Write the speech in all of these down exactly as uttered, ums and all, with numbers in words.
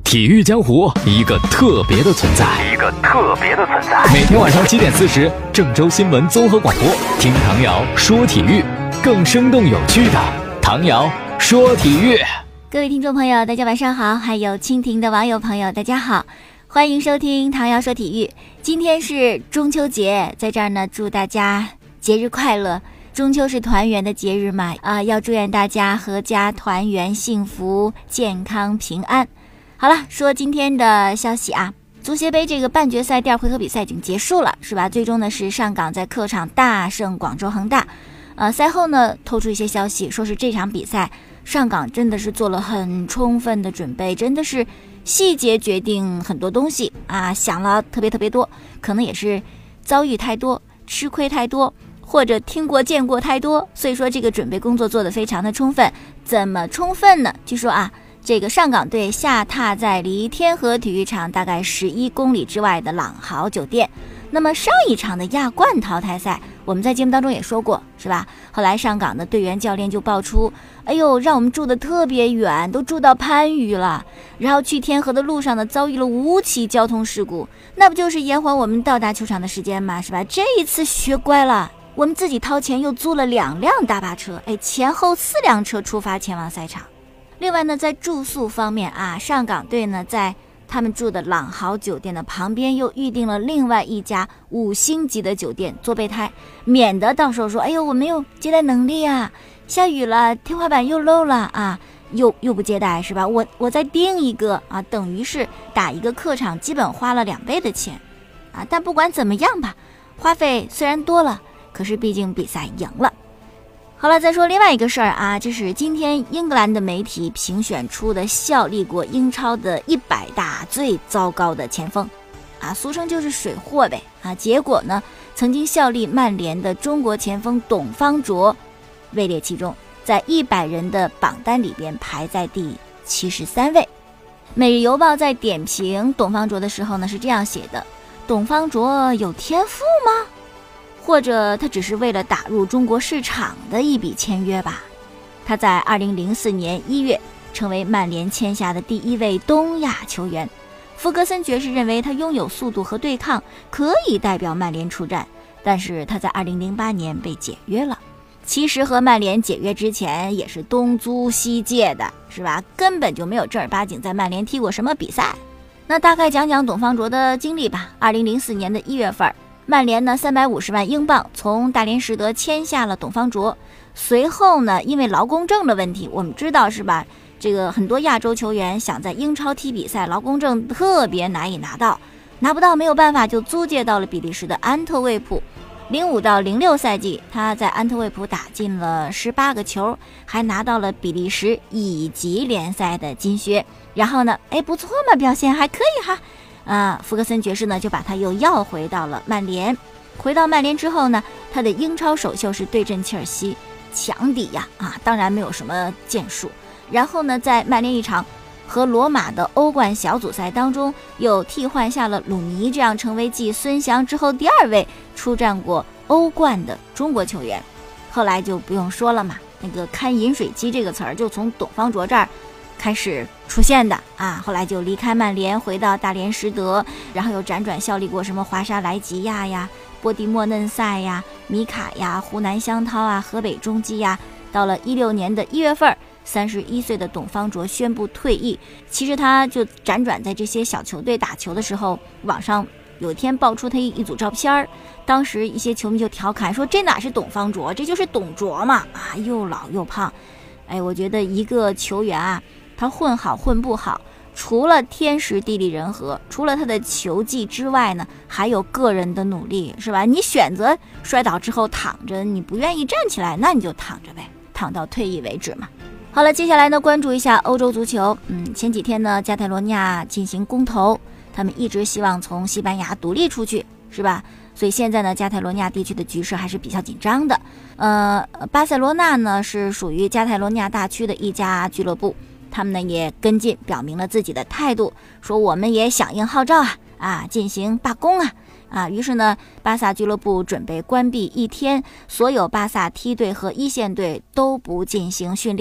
体育江湖，一个特别的存在， 一个特别的存在。 每天晚上七点四十，郑州新闻综合广播，听唐瑶说体育，更生动有趣的唐瑶说体育。 各位听众朋友，大家晚上好，还有蜻蜓的网友朋友，大家好，欢迎收听唐瑶说体育。今天是中秋节，在这儿呢，祝大家节日快乐。中秋是团圆的节日嘛，啊，要祝愿大家阖家团圆、幸福、健康、平安。好了，说今天的消息啊，足协杯这个半决赛第二回合比赛已经结束了，是吧？最终呢是上港在客场大胜广州恒大。呃，赛后呢透出一些消息，说是这场比赛上港真的是做了很充分的准备，真的是细节决定很多东西啊，想了特别特别多，可能也是遭遇太多，吃亏太多，或者听过见过太多，所以说这个准备工作做得非常的充分。怎么充分呢？据说啊，这个上港队下榻在离天河体育场大概十一公里之外的朗豪酒店。那么上一场的亚冠淘汰赛，我们在节目当中也说过，是吧？后来上港的队员教练就爆出，哎呦，让我们住得特别远，都住到番禺了，然后去天河的路上呢，遭遇了五起交通事故，那不就是延缓我们到达球场的时间吗？是吧？这一次学乖了，我们自己掏钱又租了两辆大巴车，哎，前后四辆车出发前往赛场。另外呢，在住宿方面啊，上港队呢在他们住的朗豪酒店的旁边又预定了另外一家五星级的酒店做备胎，免得到时候说，哎呦，我没有接待能力啊，下雨了，天花板又漏了啊，又又不接待，是吧？我我再订一个啊，等于是打一个客场基本花了两倍的钱啊。但不管怎么样吧，花费虽然多了，可是毕竟比赛赢了。好了，再说另外一个事儿啊，这是今天英格兰的媒体评选出的效力过英超的一百大最糟糕的前锋啊，俗称就是水货呗啊。结果呢，曾经效力曼联的中国前锋董方卓位列其中，在一百人的榜单里边排在第七十三位。每日邮报在点评董方卓的时候呢，是这样写的：董方卓有天赋吗？或者他只是为了打入中国市场的一笔签约吧。他在二零零四年一月成为曼联签下的第一位东亚球员。弗格森爵士认为他拥有速度和对抗，可以代表曼联出战，但是他在二零零八年被解约了。其实和曼联解约之前也是东租西借的，是吧？根本就没有正儿八经在曼联踢过什么比赛。那大概讲讲董方卓的经历吧。二零零四年的一月份，曼联呢三百五十万英镑从大连实德签下了董方卓。随后呢，因为劳工证的问题，我们知道是吧，这个很多亚洲球员想在英超踢比赛，劳工证特别难以拿到，拿不到没有办法，就租借到了比利时的安特卫普。零五到零六赛季，他在安特卫普打进了十八个球，还拿到了比利时乙级联赛的金靴。然后呢，哎，不错嘛，表现还可以哈。啊，弗格森爵士呢就把他又要回到了曼联。回到曼联之后呢，他的英超首秀是对阵切尔西，强敌呀啊，当然没有什么建树。然后呢，在曼联一场和罗马的欧冠小组赛当中，又替换下了鲁尼，这样成为继孙祥之后第二位出战过欧冠的中国球员。后来就不用说了嘛，那个看饮水机这个词儿就从董方卓这儿开始出现的啊，后来就离开曼联，回到大连实德，然后又辗转效力过什么华沙莱吉亚呀、波蒂莫嫩塞呀、米卡呀、湖南湘涛啊、河北中基呀。到了一六年的一月份，三十一岁的董方卓宣布退役。其实他就辗转在这些小球队打球的时候，网上有一天爆出他一一组照片，当时一些球迷就调侃说，这哪是董方卓，这就是董卓嘛，啊，又老又胖。哎，我觉得一个球员啊，他混好混不好，除了天时地利人和，除了他的球技之外呢，还有个人的努力，是吧？你选择摔倒之后躺着，你不愿意站起来，那你就躺着呗，躺到退役为止嘛。好了，接下来呢，关注一下欧洲足球。嗯，前几天呢，加泰罗尼亚进行公投，他们一直希望从西班牙独立出去，是吧？所以现在呢，加泰罗尼亚地区的局势还是比较紧张的。呃，巴塞罗那呢是属于加泰罗尼亚大区的一家俱乐部，他们呢也跟进表明了自己的态度，说我们也响应号召啊啊，进行罢工啊啊。于是呢，巴萨俱乐部准备关闭一天，所有巴萨梯队和一线队都不进行训练，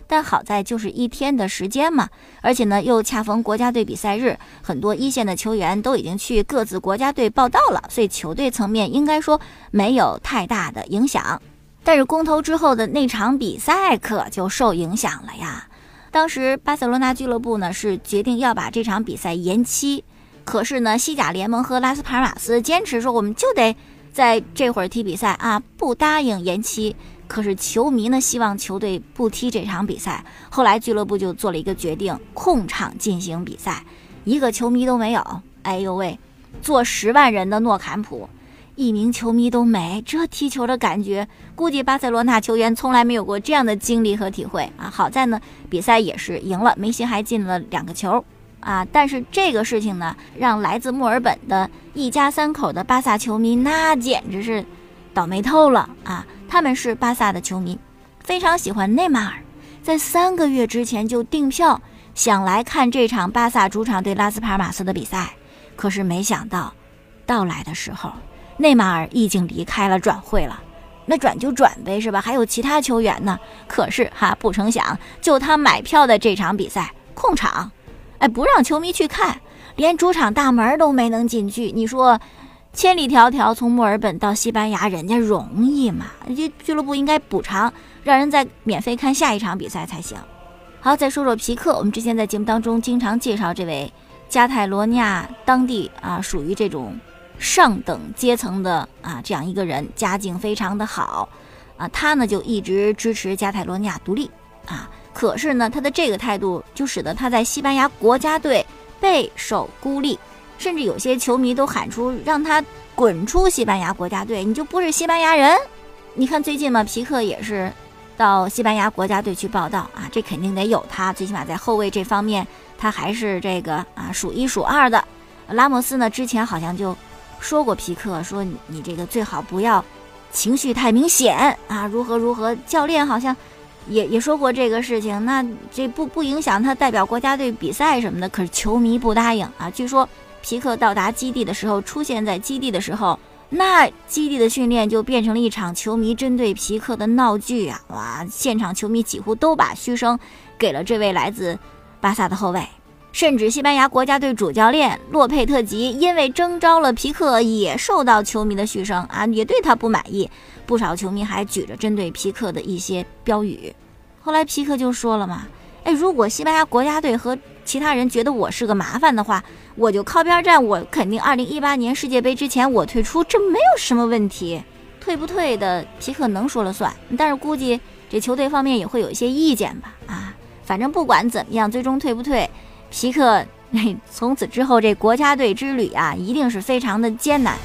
但好在就是一天的时间嘛，而且呢又恰逢国家队比赛日，很多一线的球员都已经去各自国家队报到了，所以球队层面应该说没有太大的影响。但是公投之后的那场比赛可就受影响了呀。当时巴塞罗那俱乐部呢是决定要把这场比赛延期，可是呢西甲联盟和拉斯帕尔马斯坚持说我们就得在这会儿踢比赛啊，不答应延期。可是球迷呢希望球队不踢这场比赛，后来俱乐部就做了一个决定，空场进行比赛，一个球迷都没有。哎呦喂，坐十万人的诺坎普，一名球迷都没，这踢球的感觉，估计巴塞罗那球员从来没有过这样的经历和体会啊！好在呢，比赛也是赢了，梅西还进了两个球啊！但是这个事情呢，让来自墨尔本的一家三口的巴萨球迷那简直是倒霉透了啊！他们是巴萨的球迷，非常喜欢内马尔，在三个月之前就订票想来看这场巴萨主场对拉斯帕尔马斯的比赛，可是没想到到来的时候内马尔已经离开了转会了，那转就转呗，是吧？还有其他球员呢。可是哈，不成想，就他买票的这场比赛空场，哎，不让球迷去看，连主场大门都没能进去。你说，千里迢迢从墨尔本到西班牙，人家容易吗？这俱乐部应该补偿，让人再免费看下一场比赛才行。好，再说说皮克，我们之前在节目当中经常介绍这位加泰罗尼亚当地啊，属于这种上等阶层的啊，这样一个人，家境非常的好啊，他呢就一直支持加泰罗尼亚独立啊，可是呢，他的这个态度就使得他在西班牙国家队备受孤立，甚至有些球迷都喊出让他滚出西班牙国家队，你就不是西班牙人。你看最近嘛，皮克也是到西班牙国家队去报道啊，这肯定得有他，最起码在后卫这方面他还是这个啊数一数二的。拉莫斯呢之前好像就说过皮克，说你你这个最好不要情绪太明显啊，如何如何。教练好像也也说过这个事情，那这不不影响他代表国家队比赛什么的。可是球迷不答应啊。据说皮克到达基地的时候，出现在基地的时候，那基地的训练就变成了一场球迷针对皮克的闹剧啊！哇，现场球迷几乎都把嘘声给了这位来自巴萨的后卫。甚至西班牙国家队主教练洛佩特吉因为征召了皮克，也受到球迷的嘘声啊，也对他不满意。不少球迷还举着针对皮克的一些标语。后来皮克就说了嘛，哎，如果西班牙国家队和其他人觉得我是个麻烦的话，我就靠边站，我肯定二零一八年世界杯之前我退出，这没有什么问题。退不退的皮克能说了算，但是估计这球队方面也会有一些意见吧啊，反正不管怎么样，最终退不退，皮克从此之后这国家队之旅啊，一定是非常的艰难。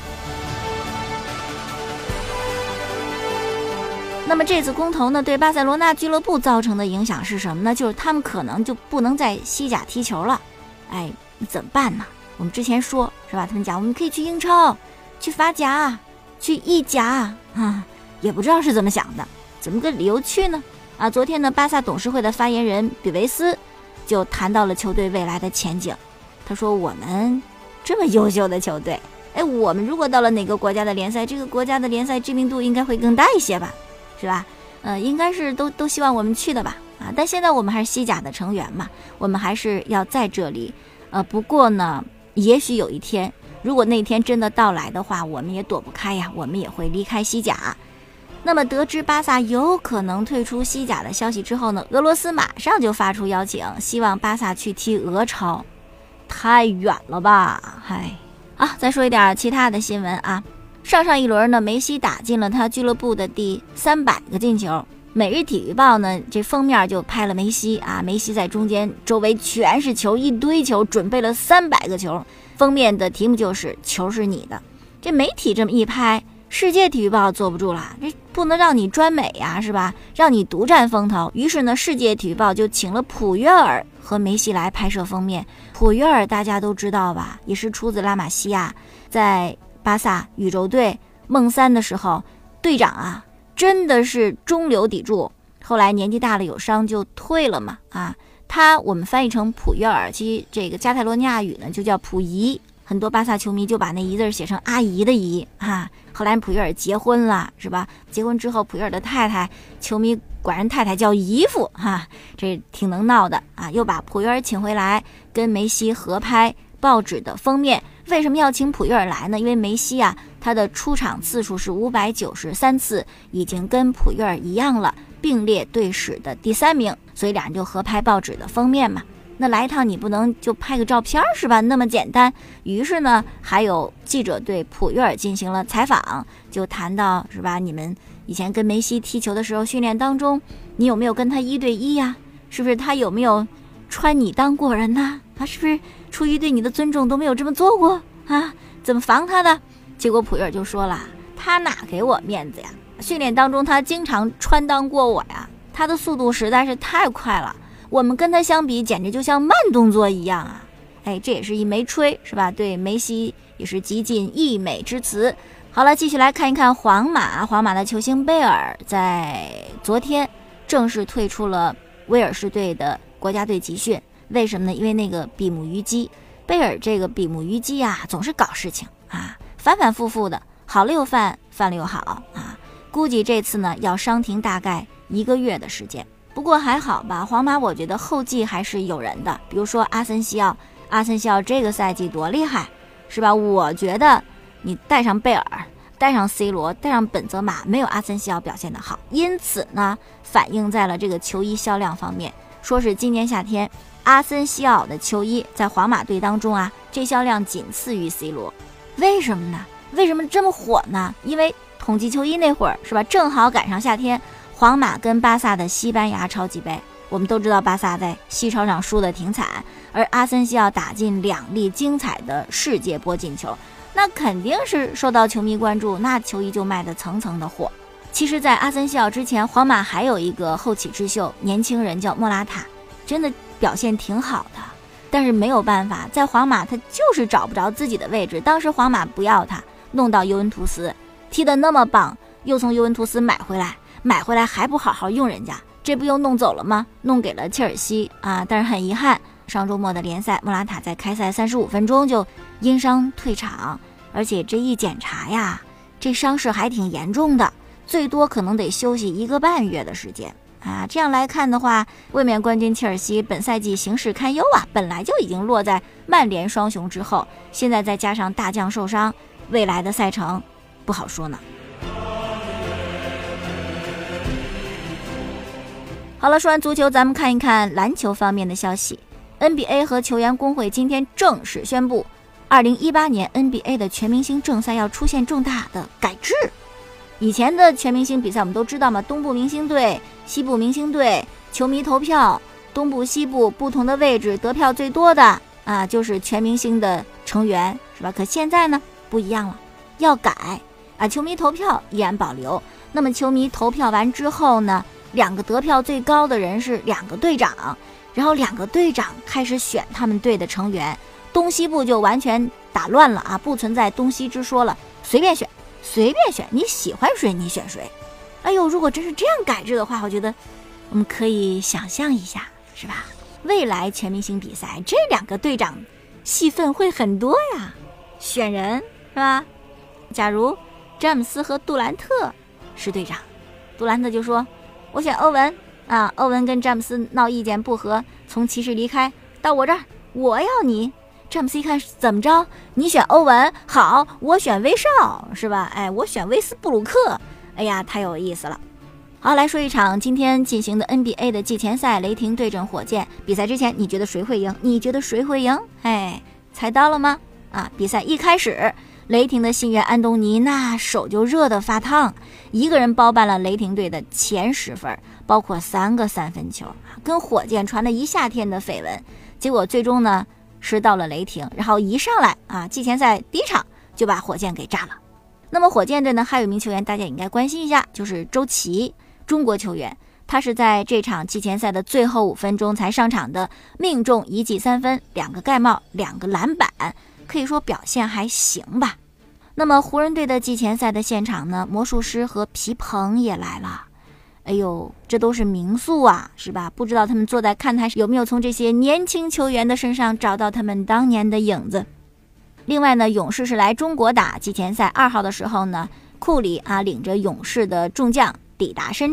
那么这次公投呢，对巴塞罗那俱乐部造成的影响是什么呢？就是他们可能就不能在西甲踢球了。哎，怎么办呢？我们之前说是吧？他们讲我们可以去英超，去法甲，去意甲啊，也不知道是怎么想的，怎么个理由去呢？啊，昨天呢，巴萨董事会的发言人比维斯就谈到了球队未来的前景。他说：“我们这么优秀的球队，哎，我们如果到了哪个国家的联赛，这个国家的联赛知名度应该会更大一些吧？是吧？呃，应该是都都希望我们去的吧？啊，但现在我们还是西甲的成员嘛，我们还是要在这里。呃，不过呢，也许有一天，如果那天真的到来的话，我们也躲不开呀，我们也会离开西甲。”那么得知巴萨有可能退出西甲的消息之后呢，俄罗斯马上就发出邀请，希望巴萨去踢俄超。太远了吧，嗨！啊，再说一点其他的新闻啊。上上一轮呢，梅西打进了他俱乐部的第三百个进球。每日体育报呢，这封面就拍了梅西啊，梅西在中间，周围全是球，一堆球，准备了三百个球。封面的题目就是球是你的。这媒体这么一拍，世界体育报坐不住了，这不能让你专美呀，是吧？让你独占风头。于是呢，世界体育报就请了普约尔和梅西来拍摄封面。普约尔大家都知道吧，也是出自拉玛西亚，在巴萨宇宙队梦三的时候，队长啊，真的是中流砥柱。后来年纪大了有伤就退了嘛，啊，他我们翻译成普约尔，其实这个加泰罗尼亚语呢就叫普姨。很多巴萨球迷就把那姨字写成阿姨的姨啊。后来普约尔结婚了，是吧？结婚之后，普约尔的太太球迷管人太太叫姨父哈，这挺能闹的啊，又把普约尔请回来跟梅西合拍报纸的封面。为什么要请普约尔来呢？因为梅西啊，他的出场次数是五百九十三次，已经跟普约尔一样了，并列队史的第三名，所以俩人就合拍报纸的封面嘛。那来一趟你不能就拍个照片是吧？那么简单。于是呢，还有记者对普约尔进行了采访，就谈到是吧，你们以前跟梅西踢球的时候，训练当中你有没有跟他一对一呀？是不是他有没有穿你当过人呢？啊，是不是出于对你的尊重都没有这么做过啊？怎么防他的？结果普约尔就说了，他哪给我面子呀？训练当中他经常穿当过我呀，他的速度实在是太快了，我们跟他相比简直就像慢动作一样啊！哎，这也是一枚吹是吧？对梅西也是极尽溢美之词。好了，继续来看一看皇马。皇马的球星贝尔在昨天正式退出了威尔士队的国家队集训。为什么呢？因为那个比目鱼肌，贝尔这个比目鱼肌啊，总是搞事情啊，反反复复的，好了又犯，犯了又好啊。估计这次呢要伤停大概一个月的时间。不过还好吧，皇马我觉得后继还是有人的，比如说阿森西奥，阿森西奥这个赛季多厉害，是吧？我觉得你带上贝尔，带上 C 罗，带上本泽马，没有阿森西奥表现得好，因此呢，反映在了这个球衣销量方面。说是今年夏天，阿森西奥的球衣在皇马队当中啊，这销量仅次于 C 罗。为什么呢？为什么这么火呢？因为统计球衣那会儿是吧，正好赶上夏天，皇马跟巴萨的西班牙超级杯。我们都知道巴萨在西超上输得挺惨，而阿森西奥打进两粒精彩的世界波进球，那肯定是受到球迷关注，那球衣就卖得层层的火。其实在阿森西奥之前，皇马还有一个后起之秀，年轻人叫莫拉塔，真的表现挺好的，但是没有办法，在皇马他就是找不着自己的位置。当时皇马不要他，弄到尤文图斯，踢得那么棒，又从尤文图斯买回来，买回来还不好好用人家，这不又弄走了吗？弄给了切尔西啊！但是很遗憾，上周末的联赛，莫拉塔在开赛三十五分钟就因伤退场，而且这一检查呀，这伤势还挺严重的，最多可能得休息一个半月的时间啊！这样来看的话，卫冕冠军切尔西本赛季形势堪忧啊，本来就已经落在曼联双雄之后，现在再加上大将受伤，未来的赛程不好说呢。好了，说完足球，咱们看一看篮球方面的消息。N B A 和球员工会今天正式宣布，二零一八年 N B A 的全明星正赛要出现重大的改制。以前的全明星比赛我们都知道嘛，东部明星队、西部明星队，球迷投票，东部西部不同的位置得票最多的啊，就是全明星的成员，是吧？可现在呢不一样了，要改啊，球迷投票依然保留。那么球迷投票完之后呢，两个得票最高的人是两个队长，然后两个队长开始选他们队的成员，东西部就完全打乱了啊，不存在东西之说了，随便选随便选，你喜欢谁你选谁。哎呦，如果真是这样改制的话，我觉得我们可以想象一下，是吧？未来全明星比赛这两个队长戏份会很多呀，选人是吧？假如詹姆斯和杜兰特是队长，杜兰特就说我选欧文啊，欧文跟詹姆斯闹意见不合，从骑士离开到我这儿，我要你。詹姆斯一看怎么着，你选欧文，好，我选威少，是吧？哎，我选威斯布鲁克，哎呀，太有意思了。好，来说一场今天进行的 N B A 的季前赛，雷霆对阵火箭。比赛之前你觉得谁会赢？你觉得谁会赢？哎，猜到了吗？啊，比赛一开始，雷霆的新援安东尼那手就热得发烫，一个人包办了雷霆队的前十分，包括三个三分球，跟火箭传了一夏天的绯闻。结果最终呢是到了雷霆，然后一上来啊，季前赛第一场就把火箭给炸了。那么火箭队呢还有一名球员大家也应该关心一下，就是周琦，中国球员，他是在这场季前赛的最后五分钟才上场的，命中一记三分，两个盖帽，两个篮板，可以说表现还行吧。那么湖人队的季前赛的现场呢，魔术师和皮蓬也来了。哎呦，这都是名宿啊，是吧？不知道他们坐在看台有没有从这些年轻球员的身上找到他们当年的影子。另外呢，勇士是来中国打季前赛，二号的时候呢，库里啊领着勇士的众将抵达深圳。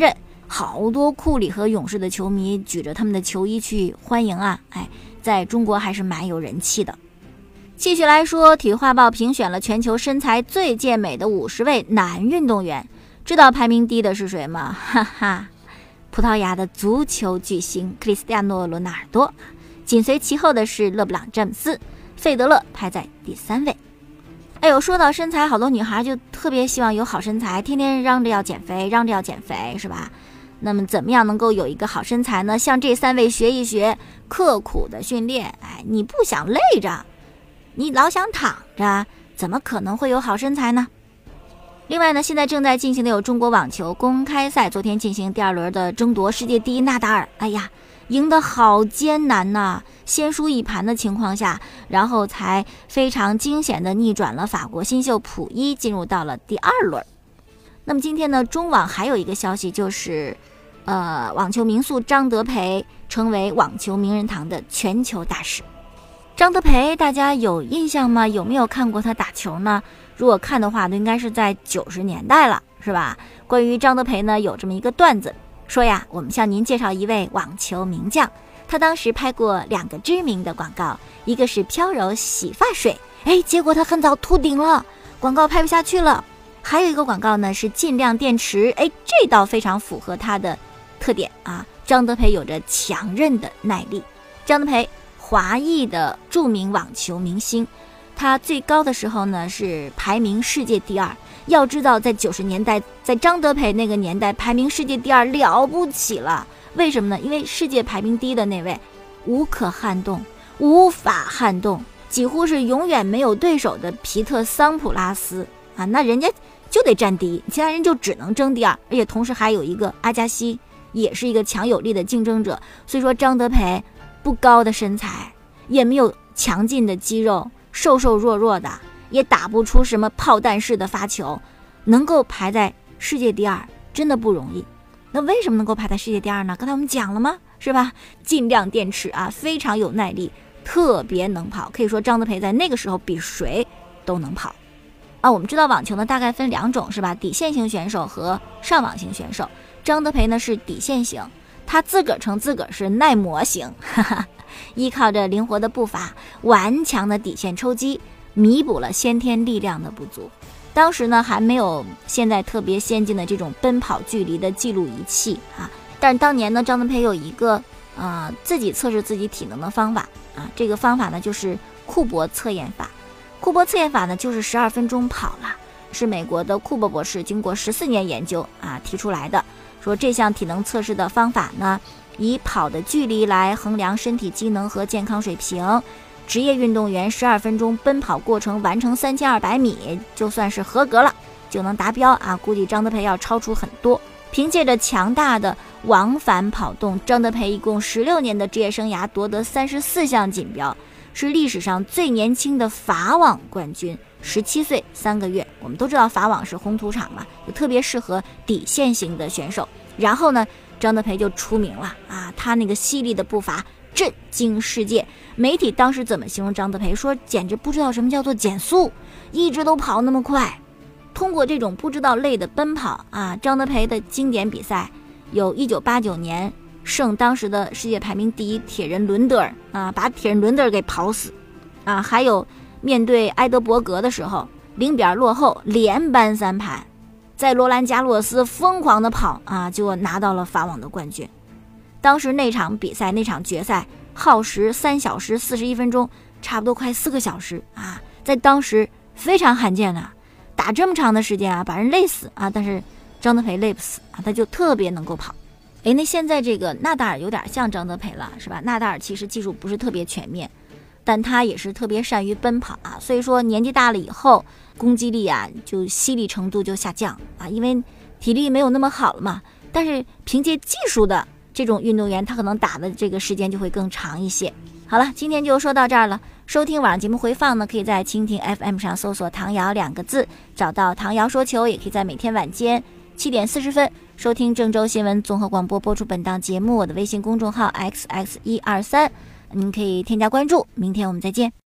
好多库里和勇士的球迷举着他们的球衣去欢迎啊，哎，在中国还是蛮有人气的。继续来说，体育画报评选了全球身材最健美的五十位男运动员，知道排名低的是谁吗？哈哈，葡萄牙的足球巨星克里斯蒂亚诺·罗纳尔多，紧随其后的是勒布朗·詹姆斯，费德勒排在第三位。哎呦，说到身材，好多女孩就特别希望有好身材，天天嚷着要减肥，嚷着要减肥，是吧？那么怎么样能够有一个好身材呢？向这三位学一学，刻苦的训练。哎，你不想累着，你老想躺着，怎么可能会有好身材呢？另外呢，现在正在进行的有中国网球公开赛，昨天进行第二轮的争夺世界第一纳达尔，哎呀，赢得好艰难呐，先输一盘的情况下，然后才非常惊险的逆转了法国新秀普伊，进入到了第二轮。那么今天呢，中网还有一个消息，就是呃，网球名宿张德培成为网球名人堂的全球大使。张德培大家有印象吗？有没有看过他打球呢？如果看的话，都应该是在九十年代了，是吧？关于张德培呢，有这么一个段子，说呀，我们向您介绍一位网球名将，他当时拍过两个知名的广告，一个是飘柔洗发水，哎，结果他很早秃顶了，广告拍不下去了。还有一个广告呢是尽量电池，哎，这倒非常符合他的特点啊。张德培有着强韧的耐力。张德培，华裔的著名网球明星，他最高的时候呢是排名世界第二。要知道，在九十年代，在张德培那个年代，排名世界第二了不起了。为什么呢？因为世界排名第一的那位无可撼动，无法撼动，几乎是永远没有对手的皮特桑普拉斯啊，那人家就得占第一，其他人就只能争第二，而且同时还有一个阿加西，也是一个强有力的竞争者。所以说张德培不高的身材，也没有强劲的肌肉，瘦瘦弱弱的，也打不出什么炮弹式的发球，能够排在世界第二真的不容易。那为什么能够排在世界第二呢？刚才我们讲了吗？是吧？尽量电池啊，非常有耐力，特别能跑，可以说张德培在那个时候比谁都能跑啊。我们知道网球呢大概分两种，是吧？底线型选手和上网型选手。张德培呢是底线型，他自个儿称自个儿是耐磨型，哈哈，依靠着灵活的步伐、顽强的底线抽击，弥补了先天力量的不足。当时呢还没有现在特别先进的这种奔跑距离的记录仪器啊，但是当年呢张德培有一个呃自己测试自己体能的方法啊，这个方法呢就是库珀测验法。库珀测验法呢就是十二分钟跑了，是美国的库珀博士经过十四年研究啊提出来的，说这项体能测试的方法呢，以跑的距离来衡量身体机能和健康水平。职业运动员十二分钟奔跑过程完成三千二百米，就算是合格了，就能达标啊！估计张德培要超出很多。凭借着强大的往返跑动，张德培一共十六年的职业生涯夺得三十四项锦标，是历史上最年轻的法网冠军，十七岁三个月。我们都知道法网是红土场嘛，就特别适合底线型的选手。然后呢，张德培就出名了啊，他那个犀利的步伐震惊世界。媒体当时怎么形容张德培？说简直不知道什么叫做减速，一直都跑那么快。通过这种不知道累的奔跑啊，张德培的经典比赛有一九八九年胜当时的世界排名第一铁人伦德尔啊，把铁人伦德尔给跑死啊，还有面对埃德伯格的时候零比二落后连扳三盘，在罗兰加洛斯疯狂的跑啊，就拿到了法网的冠军。当时那场比赛那场决赛耗时三小时四十一分钟，差不多快四个小时啊，在当时非常罕见的，打这么长的时间啊，把人累死啊，但是张德培累不死啊，他就特别能够跑。诶，那现在这个纳达尔有点像张德培了，是吧？纳达尔其实技术不是特别全面，但他也是特别善于奔跑啊，所以说年纪大了以后，攻击力啊就犀利程度就下降啊，因为体力没有那么好了嘛。但是凭借技术的这种运动员，他可能打的这个时间就会更长一些。好了，今天就说到这儿了。收听晚上节目回放呢，可以在蜻蜓 F M 上搜索唐瑶两个字，找到唐瑶说球，也可以在每天晚间七点四十分收听郑州新闻综合广播播出本档节目。我的微信公众号 X X 一二三，您可以添加关注。明天我们再见。